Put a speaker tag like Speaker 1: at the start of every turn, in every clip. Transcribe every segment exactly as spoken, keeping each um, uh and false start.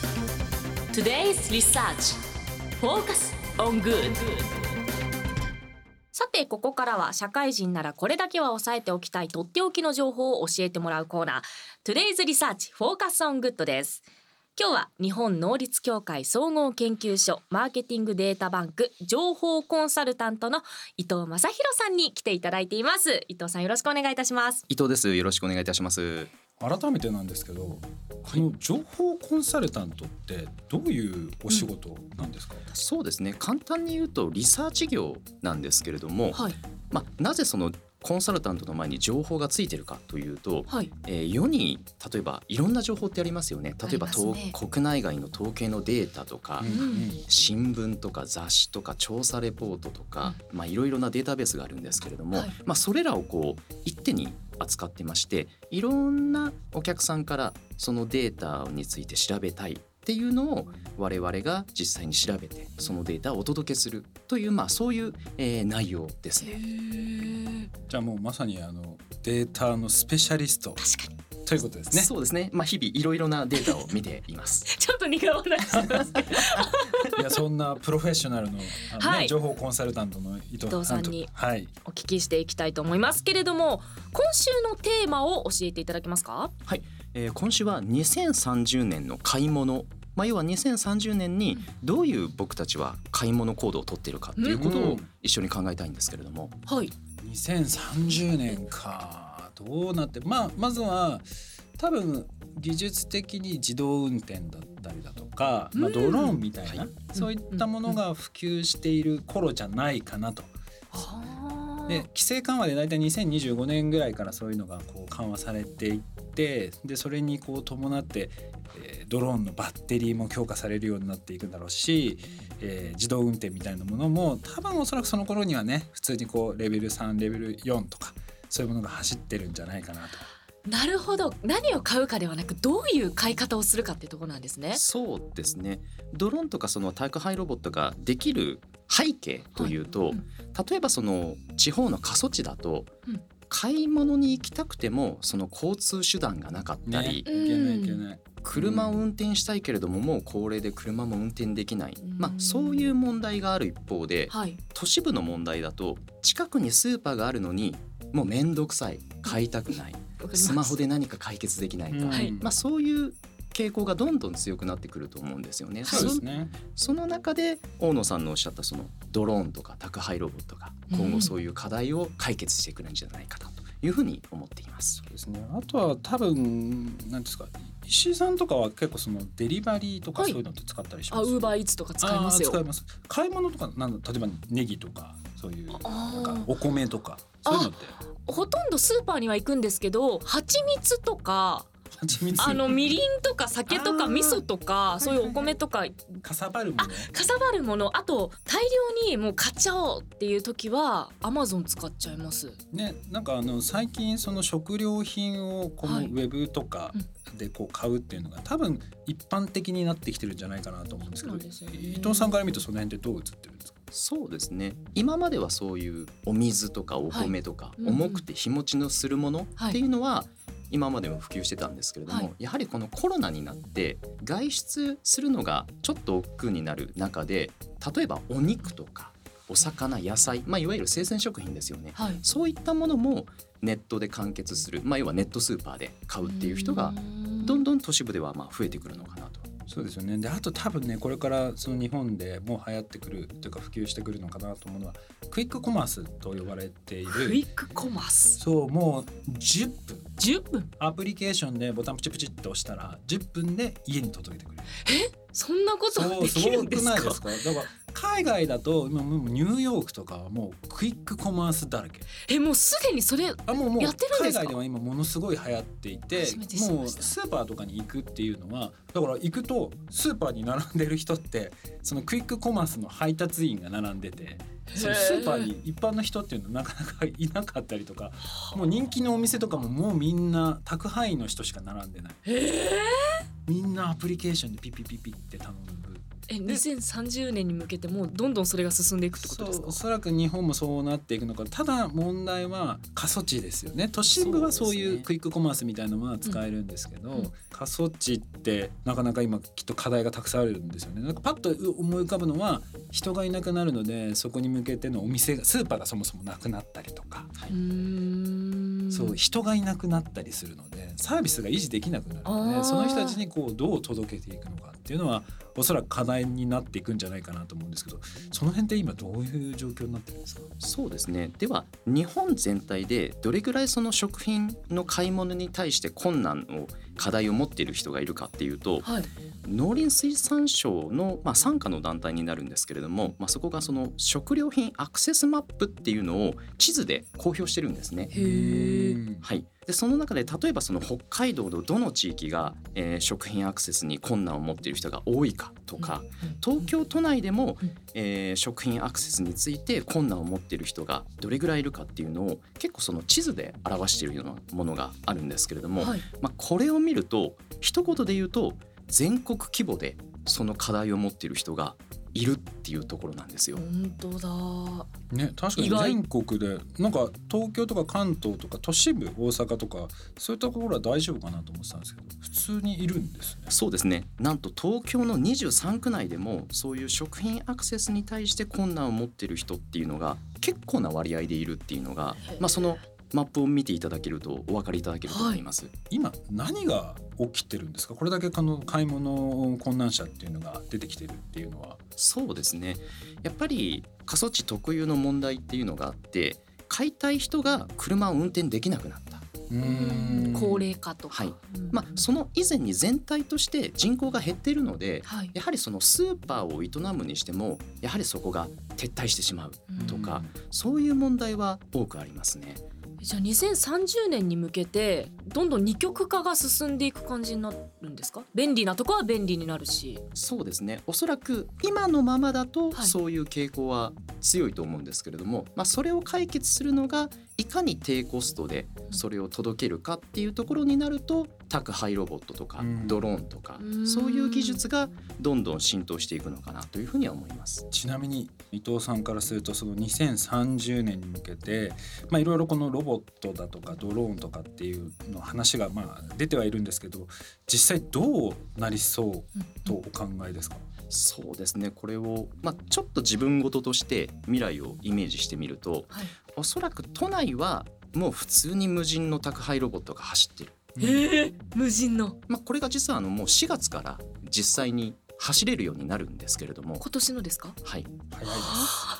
Speaker 1: Today's Research Focus on Good。 さてここからは社会人ならこれだけは押さえておきたいとっておきの情報を教えてもらうコーナー Today's Research Focus on Good です。今日は日本能率協会総合研究所マーケティングデータバンク情報コンサルタントの伊藤正弘さんに来ていただいています。伊藤さんよろしくお願いいたします。
Speaker 2: 伊藤です。よろしくお願いいたします。
Speaker 3: 改めてなんですけど、この情報コンサルタントってどういうお仕事なんですか？うん、
Speaker 2: そうですね、簡単に言うとリサーチ業なんですけれども、はい、まあ、なぜそのコンサルタントの前に情報がついてるかというと、はい、えー、世に例えばいろんな情報ってありますよね。例えば、ね、国内外の統計のデータとか、うん、新聞とか雑誌とか調査レポートとか、うん、まあ、いろいろなデータベースがあるんですけれども、はい、まあ、それらをこう一手に扱ってまして、いろんなお客さんからそのデータについて調べたいっていうのを我々が実際に調べてそのデータをお届けするという、まあ、そういう、えー、内容ですね。
Speaker 3: じゃあもうまさにあのデータのスペシャリストということですね。
Speaker 2: そうですね、まあ、日々いろいろなデータを見ています
Speaker 1: ちょっと苦笑いしてますけど
Speaker 3: いや、そんなプロフェッショナル の, あの、ね、はい、情報コンサルタントの伊藤,
Speaker 1: 伊藤さんにお聞きしていきたいと思いますけれども、今週のテーマを教えていただけますか？
Speaker 2: はい、えー、今週はにせんさんじゅうねんの買い物、まあ、要はにせんさんじゅうねんにどういう僕たちは買い物行動を取っているかっていうことを一緒に考えたいんですけれども、
Speaker 1: うん、はい、
Speaker 3: にせんさんじゅうねんか、どうなって、まあ、まずは多分技術的に自動運転だったりだとか、まあ、ドローンみたいな、うん、そういったものが普及している頃じゃないかなと。で、規制緩和でだいたいにせんにじゅうごねんぐらいからそういうのがこう緩和されていって、でそれにこう伴って、えー、ドローンのバッテリーも強化されるようになっていくんだろうし、えー、自動運転みたいなものも多分おそらくその頃にはね、普通にこうレベルさんレベルよんとかそういうものが走ってるんじゃないかなと。
Speaker 1: なるほど、何を買うかではなくどういう買い方をするかっていうところなんですね。
Speaker 2: そうですね、ドローンとかその宅配ロボットができる背景というと、はい、うん、例えばその地方の過疎地だと、うん、買い物に行きたくてもその交通手段がなかったり、
Speaker 3: ね、いけないいけない、
Speaker 2: 車を運転したいけれどももう高齢で車も運転できない、まあ、そういう問題がある一方で、はい、都市部の問題だと近くにスーパーがあるのにもうめんどくさい、買いたくない、スマホで何か解決できないか、うん、まあ、そういう傾向がどんどん強くなってくると思うんですよね。
Speaker 3: そうですね。
Speaker 2: そ, その中で大野さんのおっしゃったそのドローンとか宅配ロボットが今後そういう課題を解決してくるんじゃないかなというふうに思っています。
Speaker 3: そうですね。あとは多分何ですか、石井さんとかは結構そのデリバリーとかそういうのって使ったりします？
Speaker 1: はい、あ、ウーバーイーツとか使いますよ。
Speaker 3: 使います。買い物とかなんだ、例えばネギとかそういうなんかお米とかそういうのって
Speaker 1: ほとんどスーパーには行くんですけど、蜂蜜とかあのみりんとか酒とか味噌とかそういうお米とか
Speaker 3: かさばるもの、
Speaker 1: あ、かさばるもの、あと大量にもう買っちゃおうっていう時はアマゾン使っちゃいます
Speaker 3: ね。なんかあの最近その食料品をこのウェブとかでこう買うっていうのが多分一般的になってきてるんじゃないかなと思うんですけど、ですよね、伊藤さんから見るとその辺ってどう映ってるんですか？
Speaker 2: そうですね、今まではそういうお水とかお米とか、はい、重くて日持ちのするものっていうのは今までも普及してたんですけれども、はい、やはりこのコロナになって外出するのがちょっと億劫になる中で、例えばお肉とかお魚、野菜、まあ、いわゆる生鮮食品ですよね、はい、そういったものもネットで完結する、まあ、要はネットスーパーで買うっていう人がどんどん都市部ではまあ増えてくるのかなと。
Speaker 3: そうですよね。で、あと多分ね、これからその日本でもう流行ってくるというか普及してくるのかなと思うのはクイックコマースと呼ばれている。
Speaker 1: クイックコマース、
Speaker 3: そう、もうじゅっぷん
Speaker 1: じゅっぷん
Speaker 3: アプリケーションでボタンプチプチって押したらじゅっぷんで家に届けてくれる。
Speaker 1: え、そんなことができるんですか？
Speaker 3: そう、すごくないですか？だから海外だと今もうニューヨークとかはもうクイックコマースだらけ。
Speaker 1: え、もうすでにそれやってるんですか？
Speaker 3: 海外では今ものすごい流行っていて、もうスーパーとかに行くっていうのは、だから行くとスーパーに並んでる人ってそのクイックコマースの配達員が並んでて、そのスーパーに一般の人っていうのはなかなかいなかったりとか、もう人気のお店とかももうみんな宅配員の人しか並んでない。みんなアプリケーションでピッピッピッピッって頼む。
Speaker 1: えにせんさんじゅうねんに向けてもうどんどんそれが進んでいくってことですか？
Speaker 3: そう、おそらく日本もそうなっていくのか。ただ問題は過疎地ですよね。都心部はそういうクイックコマースみたいなものは使えるんですけど、うん、過疎地ってなかなか今きっと課題がたくさんあるんですよね。なんかパッと思い浮かぶのは人がいなくなるのでそこに向けてのお店がスーパーがそもそもなくなったりとか、はい、うーんそう人がいなくなったりするのでサービスが維持できなくなるのでその人たちにこうどう届けていくのかっていうのはおそらく課題になっていくんじゃないかなと思うんですけど、その辺って今どういう状況になってるんですか？
Speaker 2: そうですね。では日本全体でどれぐらいその食品の買い物に対して困難を課題を持っている人がいるかっていうと、はい、農林水産省の、まあ、傘下の団体になるんですけれども、まあ、そこがその食料品アクセスマップっていうのを地図で公表してるんですね。へー、はい、でその中で例えばその北海道のどの地域が、えー、食品アクセスに困難を持っている人が多いかとか、東京都内でも、えー、食品アクセスについて困難を持っている人がどれぐらいいるかっていうのを結構その地図で表しているようなものがあるんですけれども、はい、まあ、これを見ると一言で言うと全国規模でその課題を持っている人がいるっていうところなんですよ。
Speaker 1: 本当だ
Speaker 3: ね、確かに全国でなんか東京とか関東とか都市部大阪とかそういったところは大丈夫かなと思ってたんですけど普通にいるんですね。
Speaker 2: そうですね。なんと東京のにじゅうさんく内でもそういう食品アクセスに対して困難を持っている人っていうのが結構な割合でいるっていうのが、まあ、そのマップを見ていただけるとお分かりいただけると思います、はい、
Speaker 3: 今何が起きてるんですか？これだけこの買い物困難者っていうのが出てきてるっていうのは。
Speaker 2: そうですね。やっぱり過疎地特有の問題っていうのがあって買いたい人が車を運転できなくなった。
Speaker 1: うーん高齢化とか、はい、
Speaker 2: まあ、その以前に全体として人口が減っているので、はい、やはりそのスーパーを営むにしてもやはりそこが撤退してしまうとかそういう問題は多くありますね。
Speaker 1: じゃあにせんさんじゅうねんに向けてどんどん二極化が進んでいく感じになるんですか？便利なとこは便利になるし。
Speaker 2: そうですね。おそらく今のままだとそういう傾向は強いと思うんですけれども、はい、まあ、それを解決するのがいかに低コストでそれを届けるかっていうところになると宅配ロボットとかドローンとかそういう技術がどんどん浸透していくのかなというふうには思います。
Speaker 3: ちなみに伊藤さんからするとそのにせんさんじゅうねんに向けてまあいろいろこのロボットだとかドローンとかっていうの話がまあ出てはいるんですけど実際どうなりそうとお考えですか？
Speaker 2: そうですね。これを、まあ、ちょっと自分事として未来をイメージしてみると、はい、おそらく都内はもう普通に無人の宅配ロボットが走ってる。
Speaker 1: えー、無人の、
Speaker 2: まあ、これが実はあのもうしがつから実際に走れるようになるんですけれども。
Speaker 1: 今年のですか？
Speaker 2: はい、
Speaker 3: 早いです。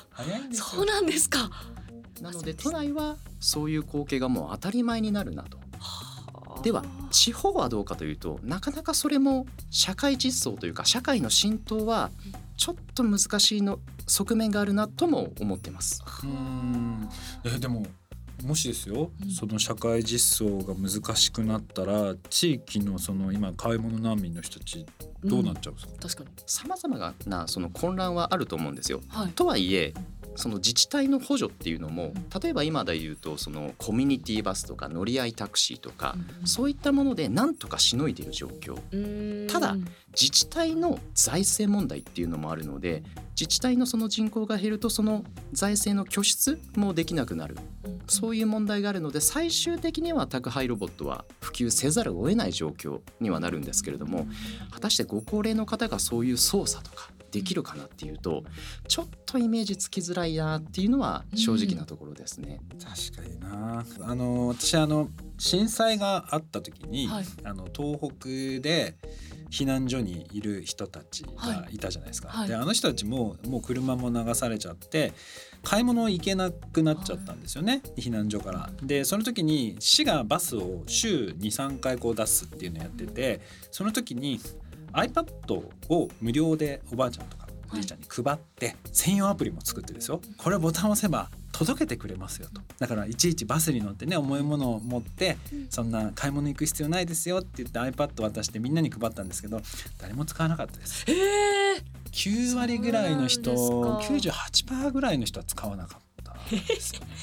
Speaker 3: 早いんですよ。
Speaker 1: そうなんですか。
Speaker 2: なので都内はそういう光景がもう当たり前になるなと。では地方はどうかというとなかなかそれも社会実装というか社会の浸透はちょっと難しいの側面があるなとも思ってます。
Speaker 3: うーんえでももしですよ、うん、その社会実装が難しくなったら地域のその今買い物難民の人たちどうなっちゃうんですか？うん、
Speaker 1: 確かに
Speaker 2: 様々なその混乱はあると思うんですよ、
Speaker 1: はい、
Speaker 2: とはいえその自治体の補助っていうのも例えば今で言うとそのコミュニティバスとか乗り合いタクシーとか、うん、そういったものでなんとかしのいでいる状況。ただ自治体の財政問題っていうのもあるので自治体のその人口が減るとその財政の拠出もできなくなる、うん、そういう問題があるので最終的には宅配ロボットは普及せざるを得ない状況にはなるんですけれども果たしてご高齢の方がそういう操作とかできるかなっていうとちょっとイメージつきづらいなっていうのは正直なところですね、
Speaker 3: うん、確かにな。あの私あの震災があった時に、はい、あの東北で避難所にいる人たちがいたじゃないですか、はい、であの人たちももう車も流されちゃって買い物行けなくなっちゃったんですよね、はい、避難所から。でその時に市がバスを週 にさんかいこう出すっていうのをやっててその時にiPad を無料でおばあちゃんとかおじいちゃんに配って専用アプリも作ってですよ、これボタンを押せば届けてくれますよと。だからいちいちバスに乗ってね重いものを持ってそんな買い物行く必要ないですよって言って iPad 渡してみんなに配ったんですけど誰も使わなかったです。
Speaker 1: えー、
Speaker 3: きゅうわりぐらいの人 きゅうじゅうはちパーセント ぐらいの人は使わなかったですよね。
Speaker 1: い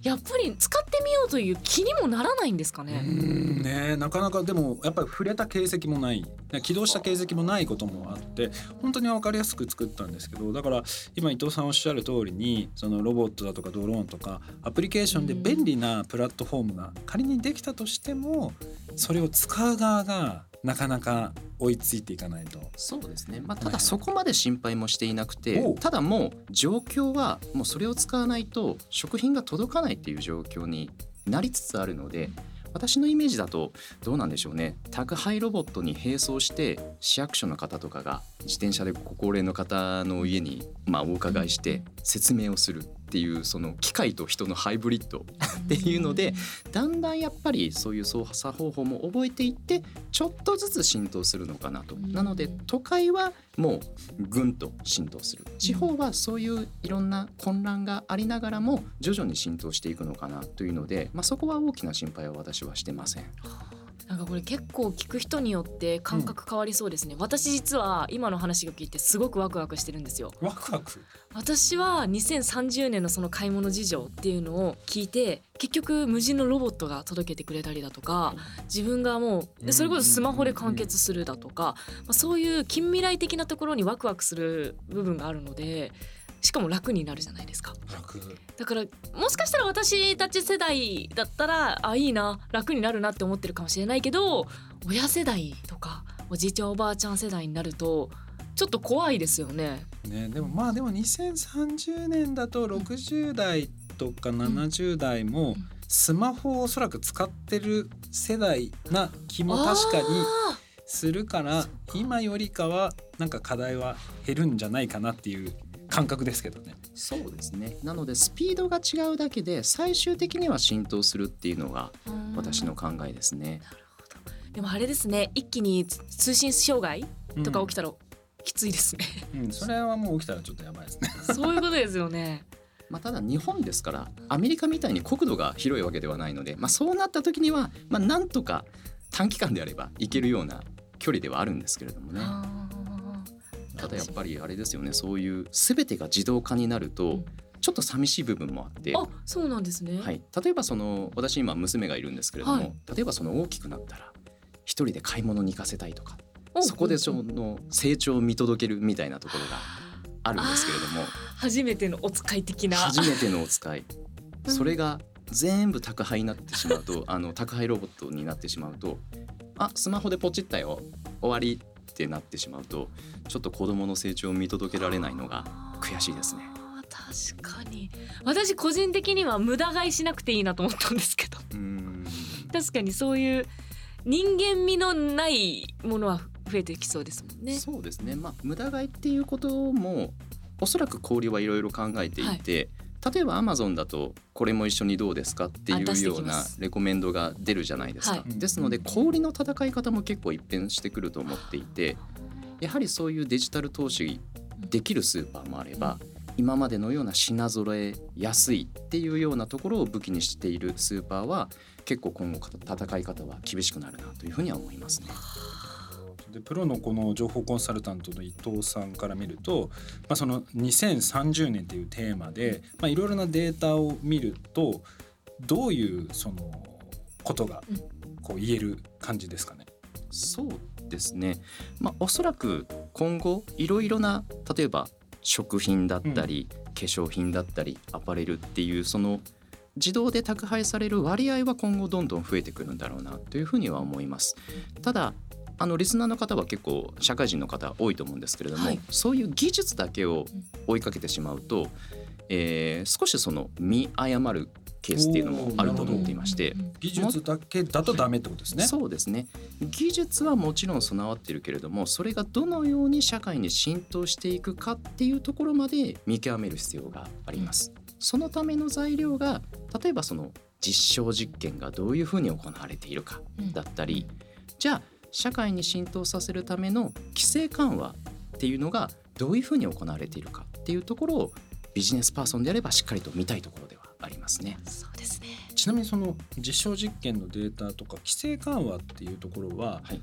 Speaker 1: やっぱり使ってみようという気にもならないんですかね。
Speaker 3: うんね、なかなかでもやっぱり触れた形跡もない、起動した形跡もないこともあって本当に分かりやすく作ったんですけど、だから今伊藤さんおっしゃる通りにそのロボットだとかドローンとかアプリケーションで便利なプラットフォームが仮にできたとしてもそれを使う側がなかなか追いついていかないと。
Speaker 2: そうですね、まあ、ただそこまで心配もしていなくて、ただもう状況はもうそれを使わないと食品が届かないっていう状況になりつつあるので、私のイメージだとどうなんでしょうね、宅配ロボットに並走して市役所の方とかが自転車でご高齢の方の家にまあお伺いして説明をするっていう、その機械と人のハイブリッドっていうのでだんだんやっぱりそういう操作方法も覚えていってちょっとずつ浸透するのかなと。なので都会はもうぐんと浸透する、地方はそういういろんな混乱がありながらも徐々に浸透していくのかなというので、まあ、そこは大きな心配は私はしてません。
Speaker 1: なんかこれ結構聞く人によって感覚変わりそうですね、うん、私実は今の話を聞いてすごくワクワクしてるんですよ。
Speaker 3: ワクワク。
Speaker 1: 私はにせんさんじゅうねんのその買い物事情っていうのを聞いて、結局無人のロボットが届けてくれたりだとか、自分がもうそれこそスマホで完結するだとか、まあ、そういう近未来的なところにワクワクする部分があるので、しかも楽になるじゃないですか。
Speaker 3: 楽
Speaker 1: だからもしかしたら私たち世代だったらあいいな楽になるなって思ってるかもしれないけど、親世代とかおじいちゃんおばあちゃん世代になるとちょっと怖いですよね。
Speaker 3: ね、でもまあでもにせんさんじゅうねんだとろくじゅう代とかななじゅう代もスマホをおそらく使ってる世代な気も確かにするから、今よりかはなんか課題は減るんじゃないかなっていう感覚ですけどね。
Speaker 2: そうですね、なのでスピードが違うだけで最終的には浸透するっていうのが私の考えですね。
Speaker 1: なるほど。でもあれですね、一気に通信障害とか起きたらきついですね、
Speaker 3: うんうん、それはもう起きたらちょっとやばいですね
Speaker 1: そういうことですよね
Speaker 2: まあ、ただ日本ですからアメリカみたいに国土が広いわけではないので、まあ、そうなった時には、まあ、なんとか短期間であれば行けるような距離ではあるんですけれどもね。ただやっぱりあれですよね、そういう全てが自動化になるとちょっと寂しい部分もあって、
Speaker 1: あ、そうなんですね、
Speaker 2: はい、例えばその私今娘がいるんですけれども、はい、例えばその大きくなったら一人で買い物に行かせたいとか、そこでその成長を見届けるみたいなところがあるんですけれども、
Speaker 1: 初めてのお使い的な
Speaker 2: 初めてのお使いそれが全部宅配になってしまうとあの宅配ロボットになってしまうと、あ、スマホでポチったよ終わりってなってしまうと、ちょっと子どもの成長を見届けられないのが悔しいですね。
Speaker 1: 確かに私個人的には無駄買いしなくていいなと思ったんですけど、うーん、確かにそういう人間味のないものは増えてきそうですもんね。
Speaker 2: そうですね、まあ、無駄買いっていうこともおそらく小売はいろいろ考えていて、はい、例えば Amazon だとこれも一緒にどうですかっていうようなレコメンドが出るじゃないですか、はい、ですので小売の戦い方も結構一変してくると思っていて、やはりそういうデジタル投資できるスーパーもあれば、今までのような品揃え安いっていうようなところを武器にしているスーパーは結構今後戦い方は厳しくなるなというふうには思いますね。
Speaker 3: でプロのこの情報コンサルタントの伊藤さんから見ると、まあ、そのにせんさんじゅうねんというテーマでいろいろなデータを見るとどういうそのことがこう言える感じですかね。
Speaker 2: そうですね、まあ、おそらく今後いろいろな例えば食品だったり、うん、化粧品だったりアパレルっていうその自動で宅配される割合は今後どんどん増えてくるんだろうなというふうには思います。ただあのリスナーの方は結構社会人の方多いと思うんですけれども、はい、そういう技術だけを追いかけてしまうと、えー、少しその見誤るケースっていうのもあると思っていまして、
Speaker 3: 技術だけだとダメってことですね。
Speaker 2: そうですね、技術はもちろん備わっているけれども、それがどのように社会に浸透していくかっていうところまで見極める必要があります。そのための材料が例えばその実証実験がどういうふうに行われているかだったり、じゃあ社会に浸透させるための規制緩和っていうのがどういうふうに行われているかっていうところをビジネスパーソンであればしっかりと見たいところではありますね。
Speaker 1: そうですね。
Speaker 3: ちなみにその実証実験のデータとか規制緩和っていうところは、はい、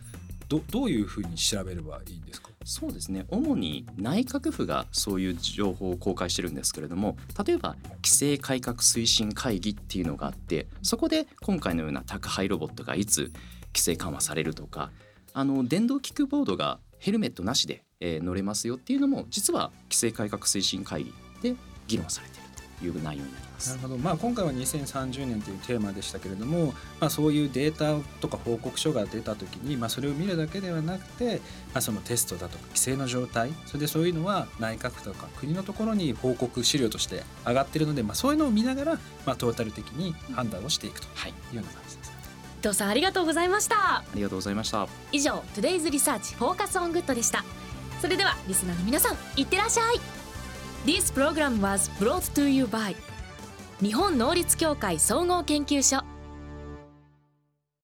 Speaker 3: ど, どういうふうに調べればいいんですか？
Speaker 2: そうですね、主に内閣府がそういう情報を公開してるんですけれども、例えば規制改革推進会議っていうのがあって、そこで今回のような宅配ロボットがいつ規制緩和されるとか、あの電動キックボードがヘルメットなしで、えー、乗れますよっていうのも実は規制改革推進会議で議論されているという内容になります。
Speaker 3: なるほど、まあ、今回はにせんさんじゅうねんというテーマでしたけれども、まあ、そういうデータとか報告書が出た時に、まあ、それを見るだけではなくて、まあ、そのテストだとか規制の状態、それでそういうのは内閣府とか国のところに報告資料として上がっているので、まあ、そういうのを見ながら、まあ、トータル的に判断をしていくというような感じです。
Speaker 1: 伊藤さん、ありがとうございました。
Speaker 2: ありがとうございました。
Speaker 1: 以上 Today's Research Focus on Good でした。それではリスナーの皆さん、いってらっしゃい。 This program was brought to you by 日本能率協会総合研究所